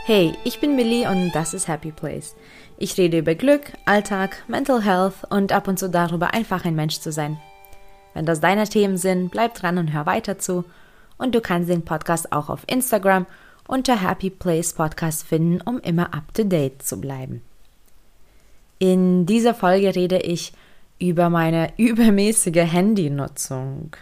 Hey, ich bin Millie und das ist Happy Place. Ich rede über Glück, Alltag, Mental Health und ab und zu darüber, einfach ein Mensch zu sein. Wenn das deine Themen sind, bleib dran und hör weiter zu. Und du kannst den Podcast auch auf Instagram unter Happy Place Podcast finden, um immer up to date zu bleiben. In dieser Folge rede ich über meine übermäßige Handynutzung.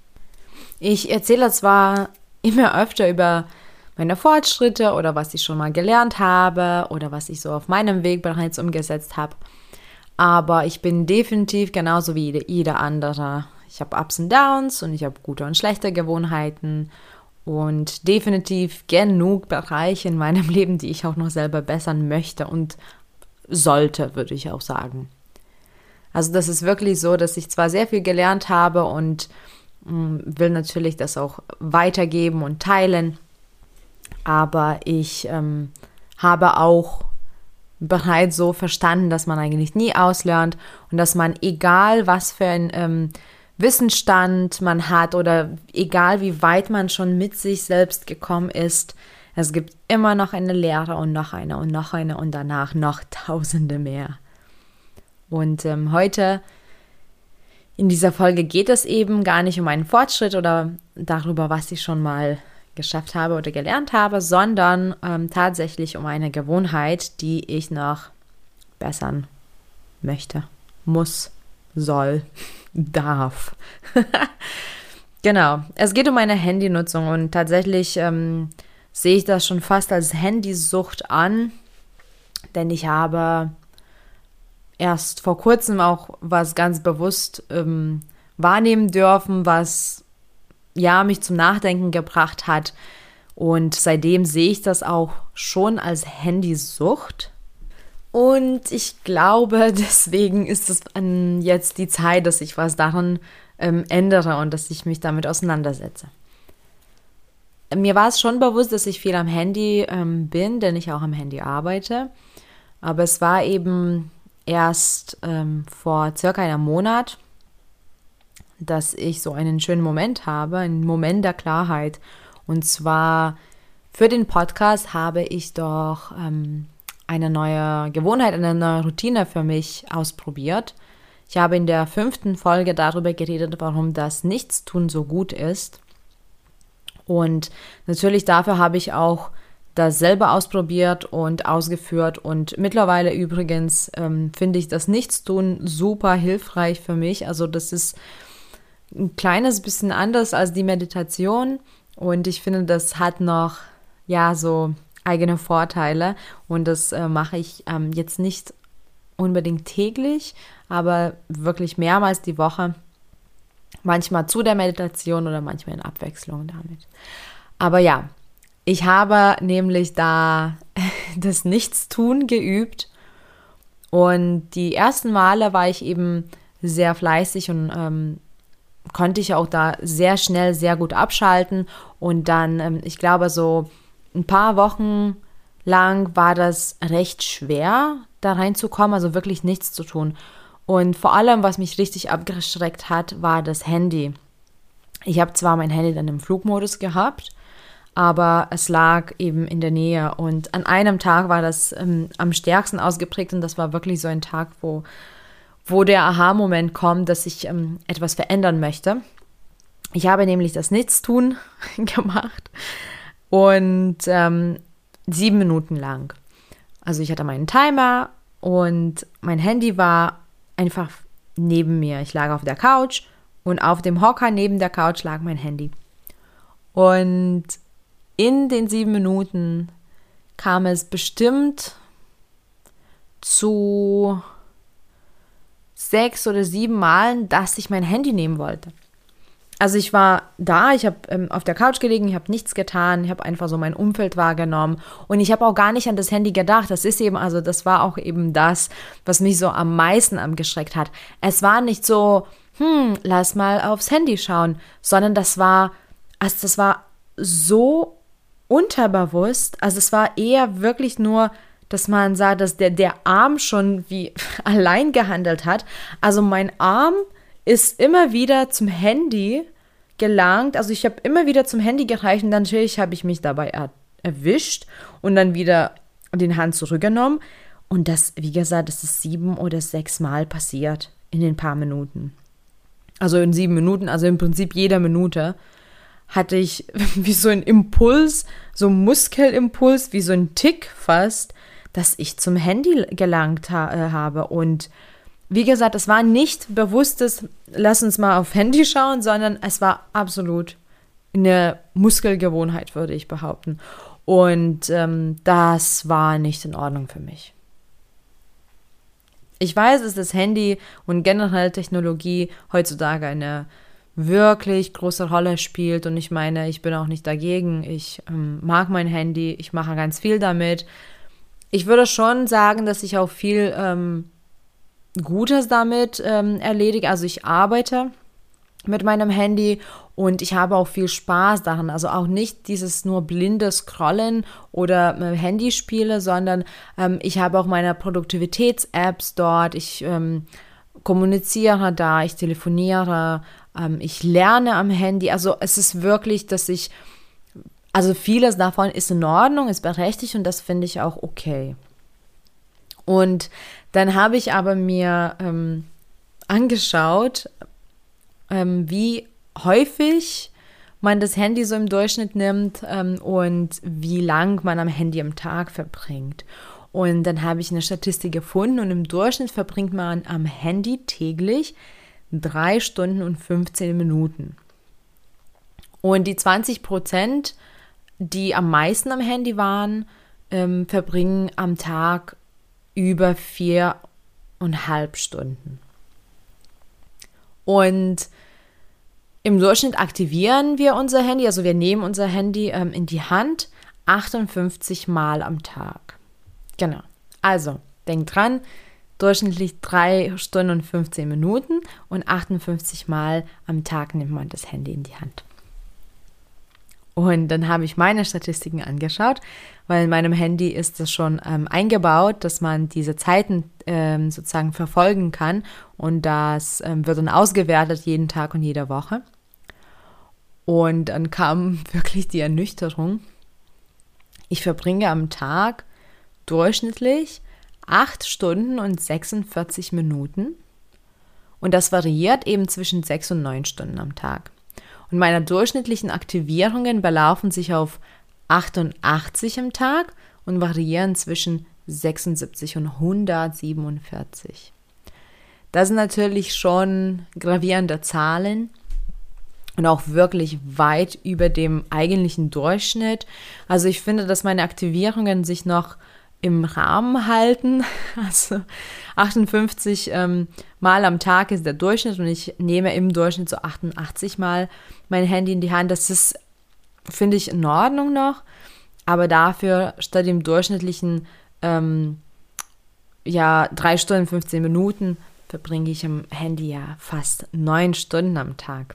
Ich erzähle zwar immer öfter über meine Fortschritte oder was ich schon mal gelernt habe oder was ich so auf meinem Weg bereits umgesetzt habe, aber ich bin definitiv genauso wie jeder andere. Ich habe Ups und Downs und ich habe gute und schlechte Gewohnheiten und definitiv genug Bereiche in meinem Leben, die ich auch noch selber bessern möchte und sollte, würde ich auch sagen. Also das ist wirklich so, dass ich zwar sehr viel gelernt habe und will natürlich das auch weitergeben und teilen, aber ich habe auch bereits so verstanden, dass man eigentlich nie auslernt und dass man, egal was für ein Wissensstand man hat oder egal wie weit man schon mit sich selbst gekommen ist, es gibt immer noch eine Lehre und noch eine und noch eine und danach noch Tausende mehr. Und heute in dieser Folge geht es eben gar nicht um einen Fortschritt oder darüber, was ich schon mal geschafft habe oder gelernt habe, sondern tatsächlich um eine Gewohnheit, die ich noch bessern möchte, muss, soll, darf. Genau, es geht um meine Handynutzung und tatsächlich sehe ich das schon fast als Handysucht an, denn ich habe erst vor kurzem auch was ganz bewusst wahrnehmen dürfen, was mich zum Nachdenken gebracht hat. Und seitdem sehe ich das auch schon als Handysucht. Und ich glaube, deswegen ist es jetzt die Zeit, dass ich was daran ändere und dass ich mich damit auseinandersetze. Mir war es schon bewusst, dass ich viel am Handy bin, denn ich auch am Handy arbeite. Aber es war eben erst vor circa einem Monat, dass ich so einen schönen Moment habe, einen Moment der Klarheit. Und zwar für den Podcast habe ich doch eine neue Gewohnheit, eine neue Routine für mich ausprobiert. Ich habe in der 5. Folge darüber geredet, warum das Nichtstun so gut ist. Und natürlich dafür habe ich auch das selber ausprobiert und ausgeführt. Und mittlerweile übrigens finde ich das Nichtstun super hilfreich für mich. Also das ist ein kleines bisschen anders als die Meditation und ich finde, das hat noch so eigene Vorteile und das mache ich jetzt nicht unbedingt täglich, aber wirklich mehrmals die Woche, manchmal zu der Meditation oder manchmal in Abwechslung damit. Aber ja, ich habe nämlich da das Nichtstun geübt und die ersten Male war ich eben sehr fleißig und konnte ich auch da sehr schnell, sehr gut abschalten und dann, ich glaube, so ein paar Wochen lang war das recht schwer, da reinzukommen, also wirklich nichts zu tun. Und vor allem, was mich richtig abgeschreckt hat, war das Handy. Ich habe zwar mein Handy dann im Flugmodus gehabt, aber es lag eben in der Nähe und an einem Tag war das am stärksten ausgeprägt und das war wirklich so ein Tag, wo der Aha-Moment kommt, dass ich etwas verändern möchte. Ich habe nämlich das Nichtstun gemacht und 7 Minuten lang. Also ich hatte meinen Timer und mein Handy war einfach neben mir. Ich lag auf der Couch und auf dem Hocker neben der Couch lag mein Handy. Und in den 7 Minuten kam es bestimmt zu 6 oder 7 Malen, dass ich mein Handy nehmen wollte. Also ich war da, ich habe auf der Couch gelegen, ich habe nichts getan, ich habe einfach so mein Umfeld wahrgenommen und ich habe auch gar nicht an das Handy gedacht. Das war auch eben das, was mich so am meisten abgeschreckt hat. Es war nicht so, lass mal aufs Handy schauen, sondern das war so unterbewusst, also es war eher wirklich nur, dass man sah, dass der Arm schon wie allein gehandelt hat. Also mein Arm ist immer wieder zum Handy gelangt. Also ich habe immer wieder zum Handy gereicht und natürlich habe ich mich dabei erwischt und dann wieder den Hand zurückgenommen. Und das, wie gesagt, das ist 7 oder 6 Mal passiert in den paar Minuten. Also in 7 Minuten, also im Prinzip jeder Minute hatte ich wie so einen Impuls, so einen Muskelimpuls, wie so ein Tick fast, dass ich zum Handy gelangt habe. Und wie gesagt, es war nicht bewusstes, lass uns mal auf Handy schauen, sondern es war absolut eine Muskelgewohnheit, würde ich behaupten. Und das war nicht in Ordnung für mich. Ich weiß, dass das Handy und generell Technologie heutzutage eine wirklich große Rolle spielt. Und ich meine, ich bin auch nicht dagegen. Ich mag mein Handy, ich mache ganz viel damit. Ich würde schon sagen, dass ich auch viel Gutes damit erledige. Also ich arbeite mit meinem Handy und ich habe auch viel Spaß daran. Also auch nicht dieses nur blinde Scrollen oder Handyspiele, sondern ich habe auch meine Produktivitäts-Apps dort. Ich kommuniziere da, ich telefoniere, ich lerne am Handy. Also es ist wirklich, also vieles davon ist in Ordnung, ist berechtigt und das finde ich auch okay. Und dann habe ich aber mir angeschaut, wie häufig man das Handy so im Durchschnitt nimmt und wie lang man am Handy am Tag verbringt. Und dann habe ich eine Statistik gefunden und im Durchschnitt verbringt man am Handy täglich 3 Stunden und 15 Minuten. Und die 20%, die am meisten am Handy waren, verbringen am Tag über 4,5 Stunden. Und im Durchschnitt aktivieren wir unser Handy, also wir nehmen unser Handy in die Hand 58 Mal am Tag. Genau. Also, denkt dran, durchschnittlich 3 Stunden und 15 Minuten und 58 Mal am Tag nimmt man das Handy in die Hand. Und dann habe ich meine Statistiken angeschaut, weil in meinem Handy ist das schon eingebaut, dass man diese Zeiten sozusagen verfolgen kann und das wird dann ausgewertet jeden Tag und jede Woche. Und dann kam wirklich die Ernüchterung. Ich verbringe am Tag durchschnittlich 8 Stunden und 46 Minuten und das variiert eben zwischen 6 und 9 Stunden am Tag. Und meine durchschnittlichen Aktivierungen belaufen sich auf 88 am Tag und variieren zwischen 76 und 147. Das sind natürlich schon gravierende Zahlen und auch wirklich weit über dem eigentlichen Durchschnitt. Also ich finde, dass meine Aktivierungen sich noch im Rahmen halten. Also 58 Mal am Tag ist der Durchschnitt und ich nehme im Durchschnitt so 88 Mal mein Handy in die Hand. Das ist, finde ich, in Ordnung noch, aber dafür statt dem durchschnittlichen 3 Stunden, 15 Minuten verbringe ich am Handy ja fast 9 Stunden am Tag.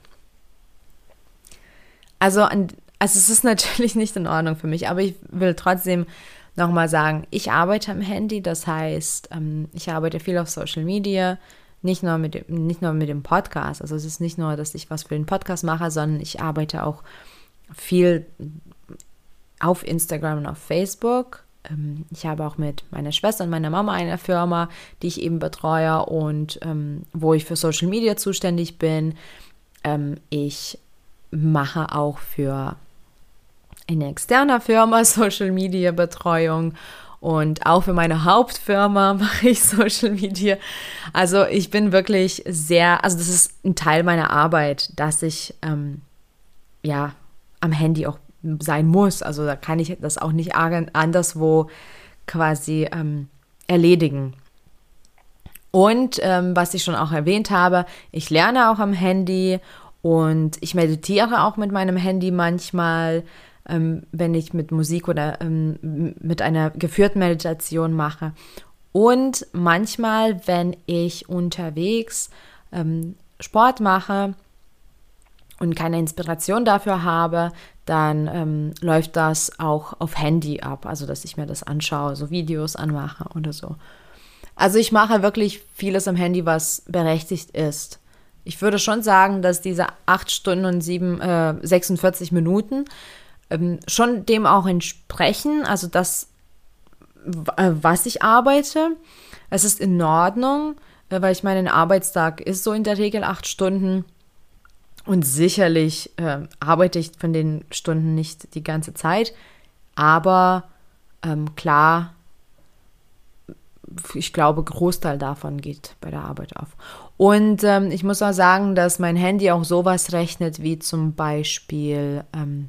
Also es ist natürlich nicht in Ordnung für mich, aber ich will trotzdem nochmal sagen, ich arbeite am Handy, das heißt, ich arbeite viel auf Social Media, nicht nur mit dem Podcast. Also es ist nicht nur, dass ich was für den Podcast mache, sondern ich arbeite auch viel auf Instagram und auf Facebook. Ich habe auch mit meiner Schwester und meiner Mama eine Firma, die ich eben betreue und wo ich für Social Media zuständig bin. Ich mache auch für eine externe Firma Social Media Betreuung und auch für meine Hauptfirma mache ich Social Media. Also ich bin wirklich also das ist ein Teil meiner Arbeit, dass ich am Handy auch sein muss. Also da kann ich das auch nicht anderswo quasi erledigen. Und was ich schon auch erwähnt habe, ich lerne auch am Handy und ich meditiere auch mit meinem Handy manchmal, wenn ich mit Musik oder mit einer geführten Meditation mache. Und manchmal, wenn ich unterwegs Sport mache und keine Inspiration dafür habe, dann läuft das auch auf Handy ab, also dass ich mir das anschaue, so Videos anmache oder so. Also ich mache wirklich vieles am Handy, was berechtigt ist. Ich würde schon sagen, dass diese 8 Stunden und 46 Minuten schon dem auch entsprechen, also das, was ich arbeite. Es ist in Ordnung, weil ich meine, ein Arbeitstag ist so in der Regel 8 Stunden und sicherlich arbeite ich von den Stunden nicht die ganze Zeit, aber klar, ich glaube, Großteil davon geht bei der Arbeit auf. Und ich muss auch sagen, dass mein Handy auch sowas rechnet wie zum Beispiel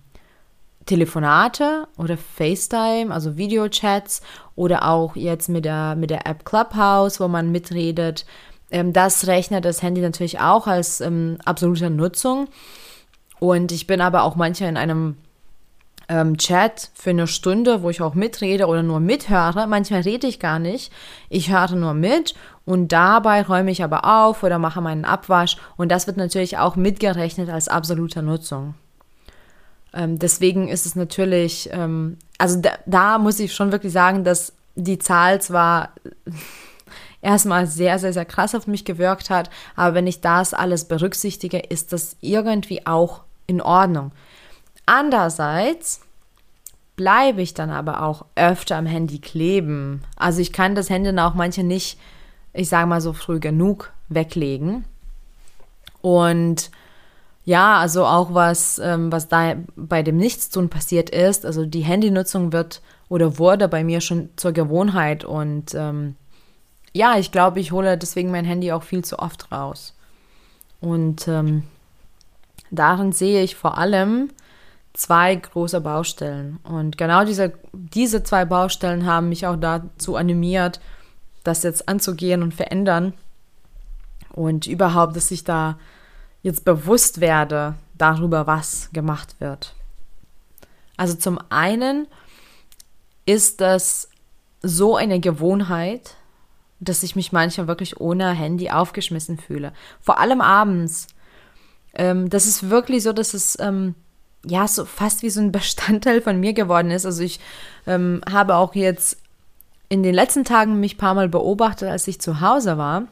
Telefonate oder FaceTime, also Videochats oder auch jetzt mit der App Clubhouse, wo man mitredet. Das rechnet das Handy natürlich auch als absolute Nutzung. Und ich bin aber auch manchmal in einem Chat für eine Stunde, wo ich auch mitrede oder nur mithöre. Manchmal rede ich gar nicht. Ich höre nur mit und dabei räume ich aber auf oder mache meinen Abwasch. Und das wird natürlich auch mitgerechnet als absolute Nutzung. Deswegen ist es natürlich, also da muss ich schon wirklich sagen, dass die Zahl zwar erstmal sehr, sehr, sehr krass auf mich gewirkt hat, aber wenn ich das alles berücksichtige, ist das irgendwie auch in Ordnung. Andererseits bleibe ich dann aber auch öfter am Handy kleben. Also ich kann das Handy dann auch manche nicht, ich sage mal so früh genug weglegen. Und ja, also auch was da bei dem Nichtstun passiert ist, also die Handynutzung wurde bei mir schon zur Gewohnheit und ja, ich glaube, ich hole deswegen mein Handy auch viel zu oft raus. Und darin sehe ich vor allem 2 große Baustellen. Und genau diese 2 Baustellen haben mich auch dazu animiert, das jetzt anzugehen und verändern. Und überhaupt, dass ich da jetzt bewusst werde darüber, was gemacht wird. Also zum einen ist das so eine Gewohnheit, dass ich mich manchmal wirklich ohne Handy aufgeschmissen fühle. Vor allem abends. Das ist wirklich so, dass es ja so fast wie so ein Bestandteil von mir geworden ist. Also ich habe auch jetzt in den letzten Tagen mich ein paar Mal beobachtet, als ich zu Hause war.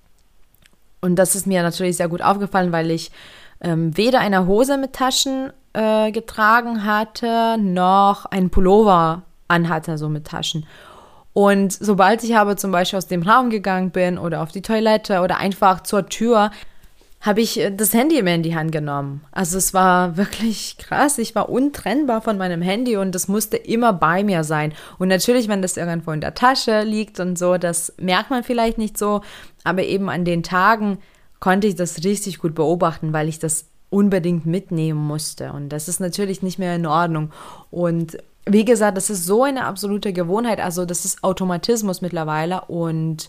Und das ist mir natürlich sehr gut aufgefallen, weil ich weder eine Hose mit Taschen getragen hatte, noch einen Pullover anhatte, so mit Taschen. Und sobald ich aber zum Beispiel aus dem Raum gegangen bin oder auf die Toilette oder einfach zur Tür, habe ich das Handy immer in die Hand genommen. Also es war wirklich krass. Ich war untrennbar von meinem Handy und das musste immer bei mir sein. Und natürlich, wenn das irgendwo in der Tasche liegt und so, das merkt man vielleicht nicht so. Aber eben an den Tagen konnte ich das richtig gut beobachten, weil ich das unbedingt mitnehmen musste. Und das ist natürlich nicht mehr in Ordnung. Und wie gesagt, das ist so eine absolute Gewohnheit. Also das ist Automatismus mittlerweile. Und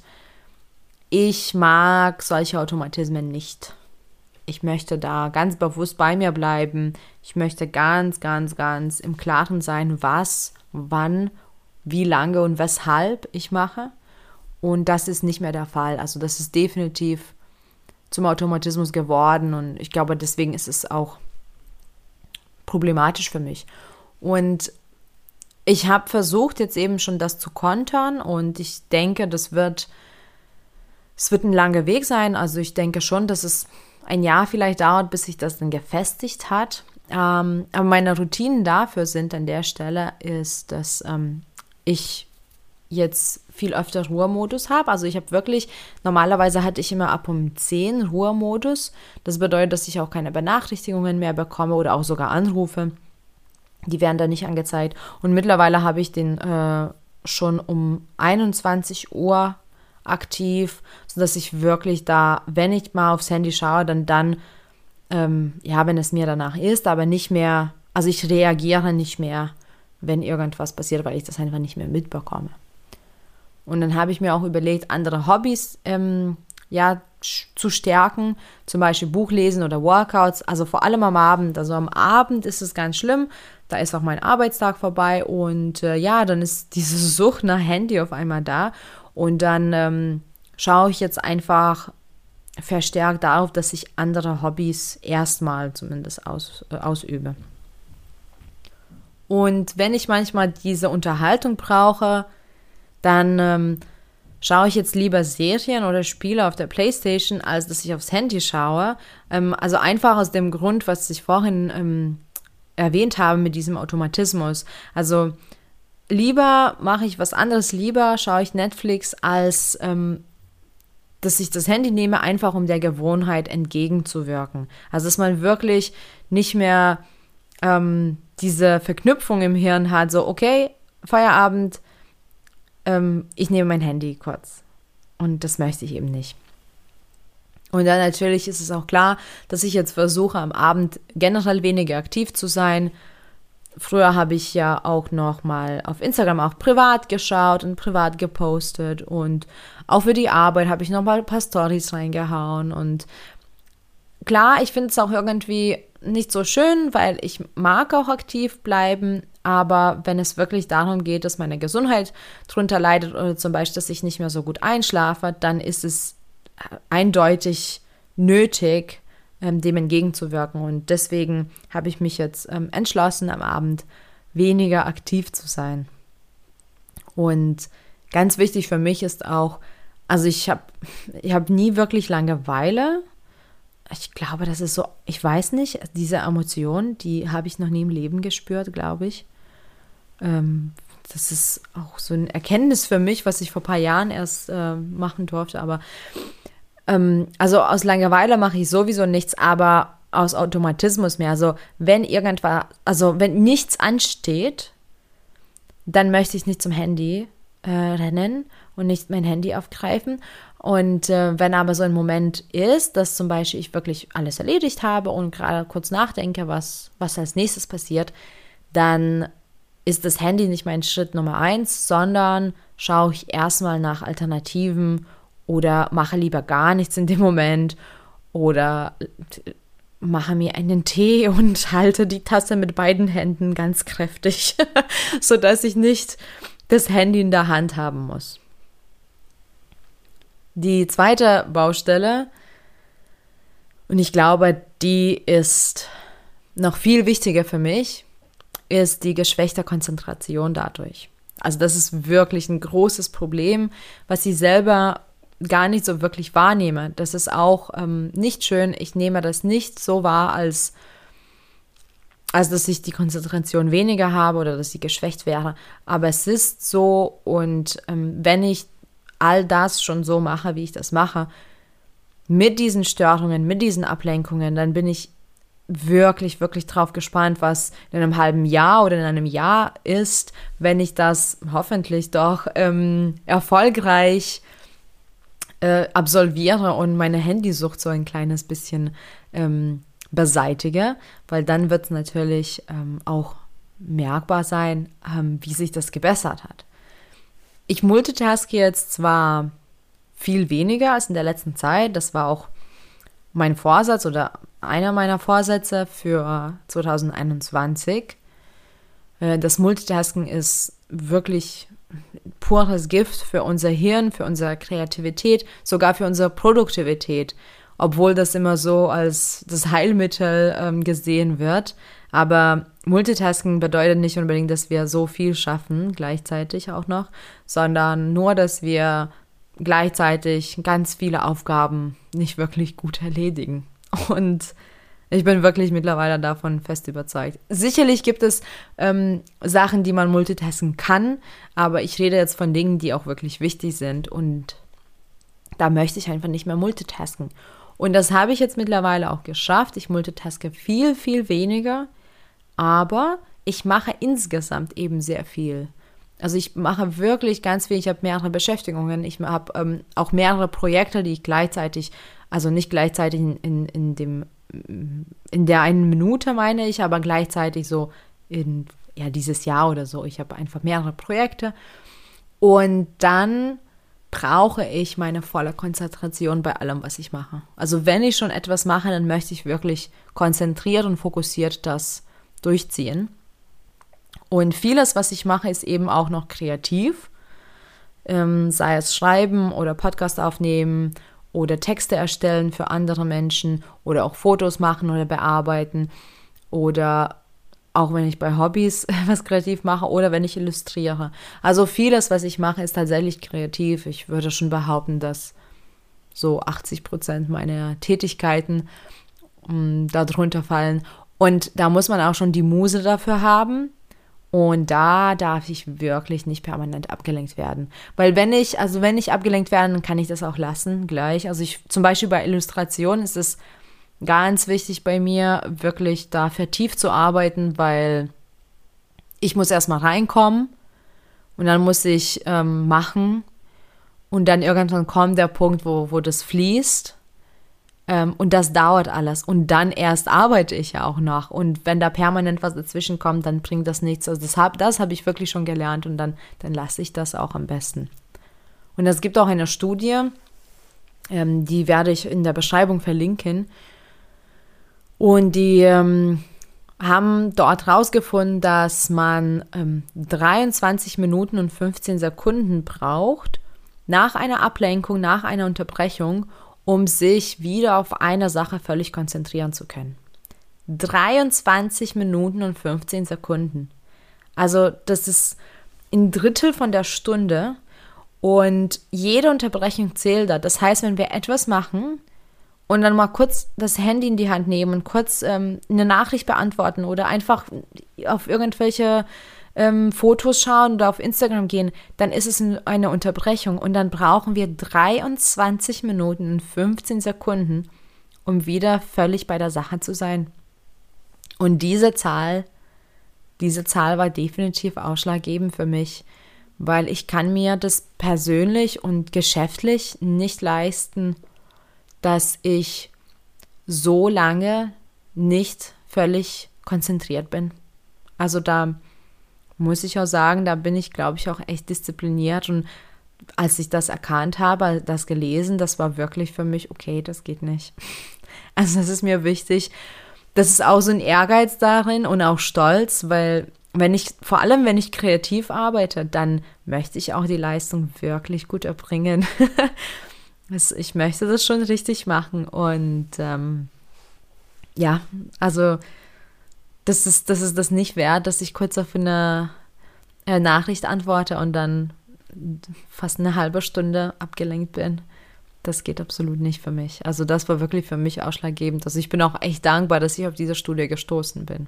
ich mag solche Automatismen nicht. Ich möchte da ganz bewusst bei mir bleiben. Ich möchte ganz, ganz, ganz im Klaren sein, was, wann, wie lange und weshalb ich mache. Und das ist nicht mehr der Fall. Also das ist definitiv zum Automatismus geworden. Und ich glaube, deswegen ist es auch problematisch für mich. Und ich habe versucht, jetzt eben schon das zu kontern. Und ich denke, es wird ein langer Weg sein. Also ich denke schon, dass es ein Jahr vielleicht dauert, bis sich das dann gefestigt hat. Aber meine Routinen dafür sind an der Stelle, ist, dass ich jetzt viel öfter Ruhemodus habe. Also ich habe wirklich, normalerweise hatte ich immer ab um 10 Ruhemodus. Das bedeutet, dass ich auch keine Benachrichtigungen mehr bekomme oder auch sogar Anrufe. Die werden dann nicht angezeigt. Und mittlerweile habe ich den schon um 21 Uhr aktiv, sodass ich wirklich da, wenn ich mal aufs Handy schaue, dann wenn es mir danach ist, aber nicht mehr, also ich reagiere nicht mehr, wenn irgendwas passiert, weil ich das einfach nicht mehr mitbekomme. Und dann habe ich mir auch überlegt, andere Hobbys zu stärken, zum Beispiel Buchlesen oder Workouts, also vor allem am Abend. Also am Abend ist es ganz schlimm, da ist auch mein Arbeitstag vorbei und dann ist diese Sucht nach Handy auf einmal da. Und dann schaue ich jetzt einfach verstärkt darauf, dass ich andere Hobbys erstmal zumindest ausübe. Und wenn ich manchmal diese Unterhaltung brauche, dann schaue ich jetzt lieber Serien oder Spiele auf der Playstation, als dass ich aufs Handy schaue. Also einfach aus dem Grund, was ich vorhin erwähnt habe mit diesem Automatismus. Also lieber mache ich was anderes, lieber schaue ich Netflix, als dass ich das Handy nehme, einfach um der Gewohnheit entgegenzuwirken. Also dass man wirklich nicht mehr diese Verknüpfung im Hirn hat, so okay, Feierabend, ich nehme mein Handy kurz. Und das möchte ich eben nicht. Und dann natürlich ist es auch klar, dass ich jetzt versuche, am Abend generell weniger aktiv zu sein. Früher habe ich ja auch noch mal auf Instagram auch privat geschaut und privat gepostet. Und auch für die Arbeit habe ich noch mal ein paar Storys reingehauen. Und klar, ich finde es auch irgendwie nicht so schön, weil ich mag auch aktiv bleiben, aber wenn es wirklich darum geht, dass meine Gesundheit drunter leidet oder zum Beispiel, dass ich nicht mehr so gut einschlafe, dann ist es eindeutig nötig, dem entgegenzuwirken. Und deswegen habe ich mich jetzt entschlossen, am Abend weniger aktiv zu sein. Und ganz wichtig für mich ist auch, also ich hab nie wirklich Langeweile. Ich glaube, das ist so, ich weiß nicht, diese Emotion, die habe ich noch nie im Leben gespürt, glaube ich. Das ist auch so eine Erkenntnis für mich, was ich vor ein paar Jahren erst machen durfte. Aber also aus Langeweile mache ich sowieso nichts, aber aus Automatismus mehr. Also wenn nichts ansteht, dann möchte ich nicht zum Handy rennen und nicht mein Handy aufgreifen. Und wenn aber so ein Moment ist, dass zum Beispiel ich wirklich alles erledigt habe und gerade kurz nachdenke, was als nächstes passiert, dann ist das Handy nicht mein Schritt Nummer 1, sondern schaue ich erstmal nach Alternativen oder mache lieber gar nichts in dem Moment oder mache mir einen Tee und halte die Tasse mit beiden Händen ganz kräftig, sodass ich nicht das Handy in der Hand haben muss. Die zweite Baustelle, und ich glaube, die ist noch viel wichtiger für mich, ist die geschwächte Konzentration dadurch. Also das ist wirklich ein großes Problem, was ich selber gar nicht so wirklich wahrnehme. Das ist auch nicht schön. Ich nehme das nicht so wahr, als dass ich die Konzentration weniger habe oder dass sie geschwächt wäre. Aber es ist so, und wenn ich all das schon so mache, wie ich das mache, mit diesen Störungen, mit diesen Ablenkungen, dann bin ich wirklich, wirklich drauf gespannt, was in einem halben Jahr oder in einem Jahr ist, wenn ich das hoffentlich doch erfolgreich absolviere und meine Handysucht so ein kleines bisschen beseitige, weil dann wird es natürlich auch merkbar sein, wie sich das gebessert hat. Ich multitaske jetzt zwar viel weniger als in der letzten Zeit, das war auch mein Vorsatz oder einer meiner Vorsätze für 2021. Das Multitasking ist wirklich pures Gift für unser Hirn, für unsere Kreativität, sogar für unsere Produktivität, obwohl das immer so als das Heilmittel gesehen wird. Aber Multitasking bedeutet nicht unbedingt, dass wir so viel schaffen, gleichzeitig auch noch, sondern nur, dass wir gleichzeitig ganz viele Aufgaben nicht wirklich gut erledigen. Und ich bin wirklich mittlerweile davon fest überzeugt. Sicherlich gibt es Sachen, die man multitasken kann, aber ich rede jetzt von Dingen, die auch wirklich wichtig sind, und da möchte ich einfach nicht mehr multitasken. Und das habe ich jetzt mittlerweile auch geschafft. Ich multitaske viel, viel weniger, aber ich mache insgesamt eben sehr viel. Also ich mache wirklich ganz viel, ich habe mehrere Beschäftigungen, ich habe auch mehrere Projekte, die ich gleichzeitig, also nicht gleichzeitig in der einen Minute meine ich, aber gleichzeitig so in dieses Jahr oder so. Ich habe einfach mehrere Projekte und dann brauche ich meine volle Konzentration bei allem, was ich mache. Also wenn ich schon etwas mache, dann möchte ich wirklich konzentriert und fokussiert das durchziehen. Und vieles, was ich mache, ist eben auch noch kreativ, sei es schreiben oder Podcast aufnehmen oder Texte erstellen für andere Menschen oder auch Fotos machen oder bearbeiten oder auch wenn ich bei Hobbys was kreativ mache oder wenn ich illustriere. Also vieles, was ich mache, ist tatsächlich kreativ. Ich würde schon behaupten, dass so 80% meiner Tätigkeiten darunter fallen. Und da muss man auch schon die Muse dafür haben. Und da darf ich wirklich nicht permanent abgelenkt werden. Weil wenn ich abgelenkt werde, dann kann ich das auch lassen gleich. Also zum Beispiel bei Illustration ist es ganz wichtig bei mir, wirklich da vertieft zu arbeiten, weil ich muss erstmal reinkommen und dann muss ich machen und dann irgendwann kommt der Punkt, wo das fließt. Und das dauert alles. Und dann erst arbeite ich ja auch noch. Und wenn da permanent was dazwischen kommt, dann bringt das nichts. Also das hab ich wirklich schon gelernt und dann lasse ich das auch am besten. Und es gibt auch eine Studie, die werde ich in der Beschreibung verlinken. Und die haben dort rausgefunden, dass man 23 Minuten und 15 Sekunden braucht nach einer Ablenkung, nach einer Unterbrechung, um sich wieder auf eine Sache völlig konzentrieren zu können. 23 Minuten und 15 Sekunden. Also das ist ein Drittel von der Stunde und jede Unterbrechung zählt da. Das heißt, wenn wir etwas machen und dann mal kurz das Handy in die Hand nehmen und kurz eine Nachricht beantworten oder einfach auf irgendwelche Fotos schauen oder auf Instagram gehen, dann ist es eine Unterbrechung und dann brauchen wir 23 Minuten und 15 Sekunden, um wieder völlig bei der Sache zu sein. Und diese Zahl war definitiv ausschlaggebend für mich, weil ich kann mir das persönlich und geschäftlich nicht leisten, dass ich so lange nicht völlig konzentriert bin. Also da muss ich auch sagen, da bin ich, glaube ich, auch echt diszipliniert. Und als ich das erkannt habe, das gelesen, das war wirklich für mich, okay, das geht nicht. Also das ist mir wichtig. Das ist auch so ein Ehrgeiz darin und auch Stolz, weil vor allem wenn ich kreativ arbeite, dann möchte ich auch die Leistung wirklich gut erbringen. Ich möchte das schon richtig machen. Und ja, also das ist das nicht wert, dass ich kurz auf eine Nachricht antworte und dann fast eine halbe Stunde abgelenkt bin. Das geht absolut nicht für mich. Also das war wirklich für mich ausschlaggebend. Also ich bin auch echt dankbar, dass ich auf diese Studie gestoßen bin.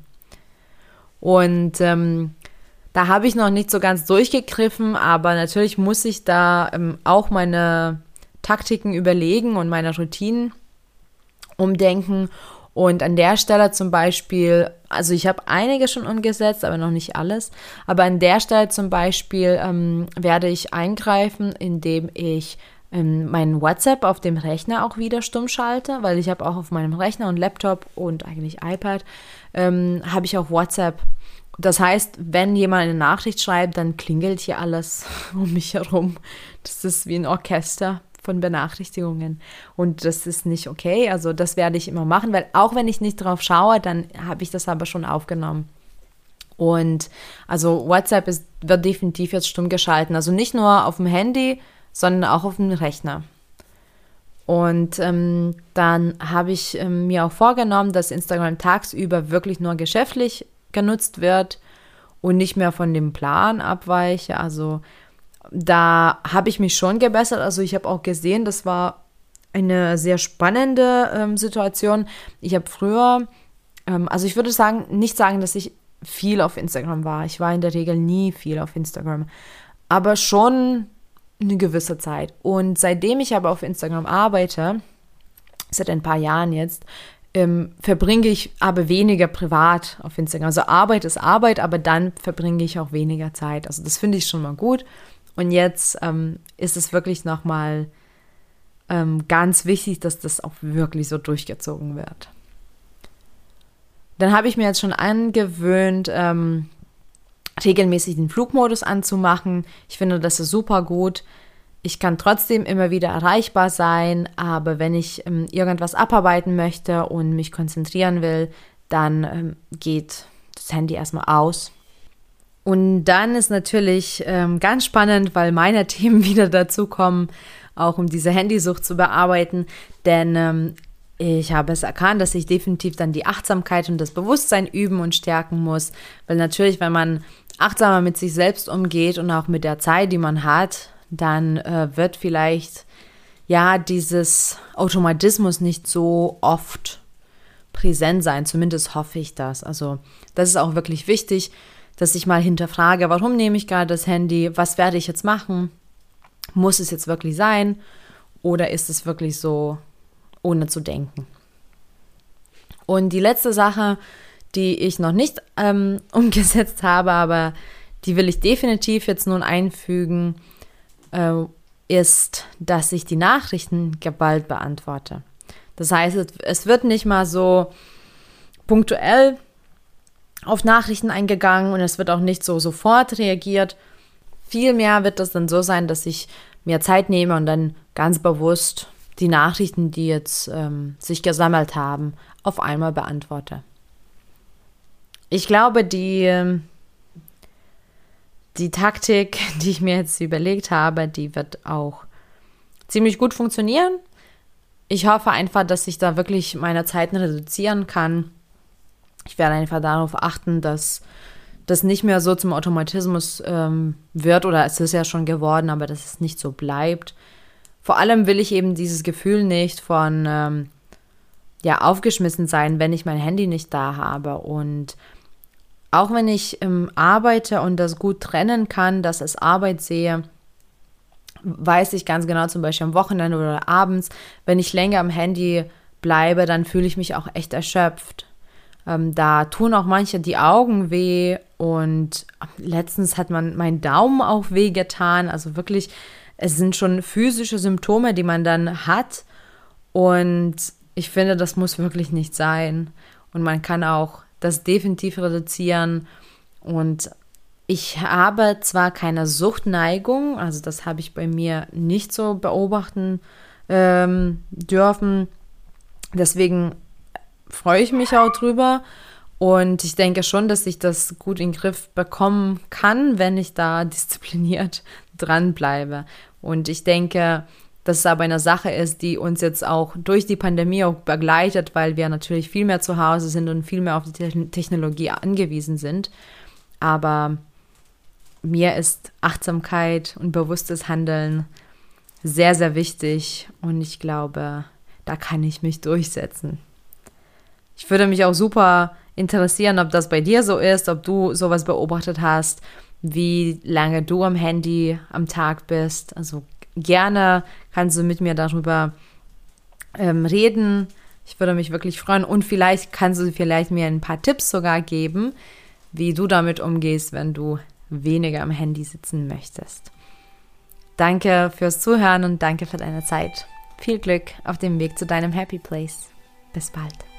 Und da habe ich noch nicht so ganz durchgegriffen, aber natürlich muss ich da auch meine Taktiken überlegen und meine Routinen umdenken. Und an der Stelle zum Beispiel, also ich habe einige schon umgesetzt, aber noch nicht alles. Aber an der Stelle zum Beispiel werde ich eingreifen, indem ich meinen WhatsApp auf dem Rechner auch wieder stumm schalte, weil ich habe auch auf meinem Rechner und Laptop und eigentlich iPad habe ich auch WhatsApp. Das heißt, wenn jemand eine Nachricht schreibt, dann klingelt hier alles um mich herum. Das ist wie ein Orchester von Benachrichtigungen. Und das ist nicht okay. Also das werde ich immer machen, weil auch wenn ich nicht drauf schaue, dann habe ich das aber schon aufgenommen. Und also WhatsApp wird definitiv jetzt stumm geschalten. Also nicht nur auf dem Handy, sondern auch auf dem Rechner. Und dann habe ich mir auch vorgenommen, dass Instagram tagsüber wirklich nur geschäftlich genutzt wird und nicht mehr von dem Plan abweiche. Also da habe ich mich schon gebessert. Also ich habe auch gesehen, das war eine sehr spannende Situation. Ich habe früher, also ich würde nicht sagen, dass ich viel auf Instagram war. Ich war in der Regel nie viel auf Instagram, aber schon eine gewisse Zeit. Und seitdem ich aber auf Instagram arbeite, seit ein paar Jahren jetzt, verbringe ich aber weniger privat auf Instagram. Also Arbeit ist Arbeit, aber dann verbringe ich auch weniger Zeit. Also das finde ich schon mal gut. Und jetzt ist es wirklich nochmal ganz wichtig, dass das auch wirklich so durchgezogen wird. Dann habe ich mir jetzt schon angewöhnt, regelmäßig den Flugmodus anzumachen. Ich finde, das ist super gut. Ich kann trotzdem immer wieder erreichbar sein, aber wenn ich irgendwas abarbeiten möchte und mich konzentrieren will, dann geht das Handy erstmal aus. Und dann ist natürlich ganz spannend, weil meine Themen wieder dazu kommen, auch um diese Handysucht zu bearbeiten, denn ich habe es erkannt, dass ich definitiv dann die Achtsamkeit und das Bewusstsein üben und stärken muss, weil natürlich, wenn man achtsamer mit sich selbst umgeht und auch mit der Zeit, die man hat, dann wird vielleicht ja dieses Automatismus nicht so oft präsent sein. Zumindest hoffe ich das. Also das ist auch wirklich wichtig, dass ich mal hinterfrage, warum nehme ich gerade das Handy? Was werde ich jetzt machen? Muss es jetzt wirklich sein? Oder ist es wirklich so, ohne zu denken? Und die letzte Sache, die ich noch nicht umgesetzt habe, aber die will ich definitiv jetzt nun einfügen, ist, dass ich die Nachrichten geballt beantworte. Das heißt, es wird nicht mal so punktuell auf Nachrichten eingegangen und es wird auch nicht so sofort reagiert. Vielmehr wird es dann so sein, dass ich mir Zeit nehme und dann ganz bewusst die Nachrichten, die jetzt sich gesammelt haben, auf einmal beantworte. Ich glaube, die Taktik, die ich mir jetzt überlegt habe, die wird auch ziemlich gut funktionieren. Ich hoffe einfach, dass ich da wirklich meine Zeiten reduzieren kann. Ich werde einfach darauf achten, dass das nicht mehr so zum Automatismus wird, oder es ist ja schon geworden, aber dass es nicht so bleibt. Vor allem will ich eben dieses Gefühl nicht von aufgeschmissen sein, wenn ich mein Handy nicht da habe. Und auch wenn ich arbeite und das gut trennen kann, dass es Arbeit sehe, weiß ich ganz genau, zum Beispiel am Wochenende oder abends, wenn ich länger am Handy bleibe, dann fühle ich mich auch echt erschöpft. Da tun auch manche die Augen weh und letztens hat mein Daumen auch weh getan. Also wirklich, es sind schon physische Symptome, die man dann hat. Und ich finde, das muss wirklich nicht sein. Und man kann auch das definitiv reduzieren. Und ich habe zwar keine Suchtneigung, also das habe ich bei mir nicht so beobachten dürfen. Deswegen freue ich mich auch drüber. Und ich denke schon, dass ich das gut in den Griff bekommen kann, wenn ich da diszipliniert dranbleibe. Und ich denke, dass es aber eine Sache ist, die uns jetzt auch durch die Pandemie auch begleitet, weil wir natürlich viel mehr zu Hause sind und viel mehr auf die Technologie angewiesen sind. Aber mir ist Achtsamkeit und bewusstes Handeln sehr, sehr wichtig und ich glaube, da kann ich mich durchsetzen. Ich würde mich auch super interessieren, ob das bei dir so ist, ob du sowas beobachtet hast, wie lange du am Handy am Tag bist. Also gerne kannst du mit mir darüber reden. Ich würde mich wirklich freuen und vielleicht kannst du mir ein paar Tipps sogar geben, wie du damit umgehst, wenn du weniger am Handy sitzen möchtest. Danke fürs Zuhören und danke für deine Zeit. Viel Glück auf dem Weg zu deinem Happy Place. Bis bald.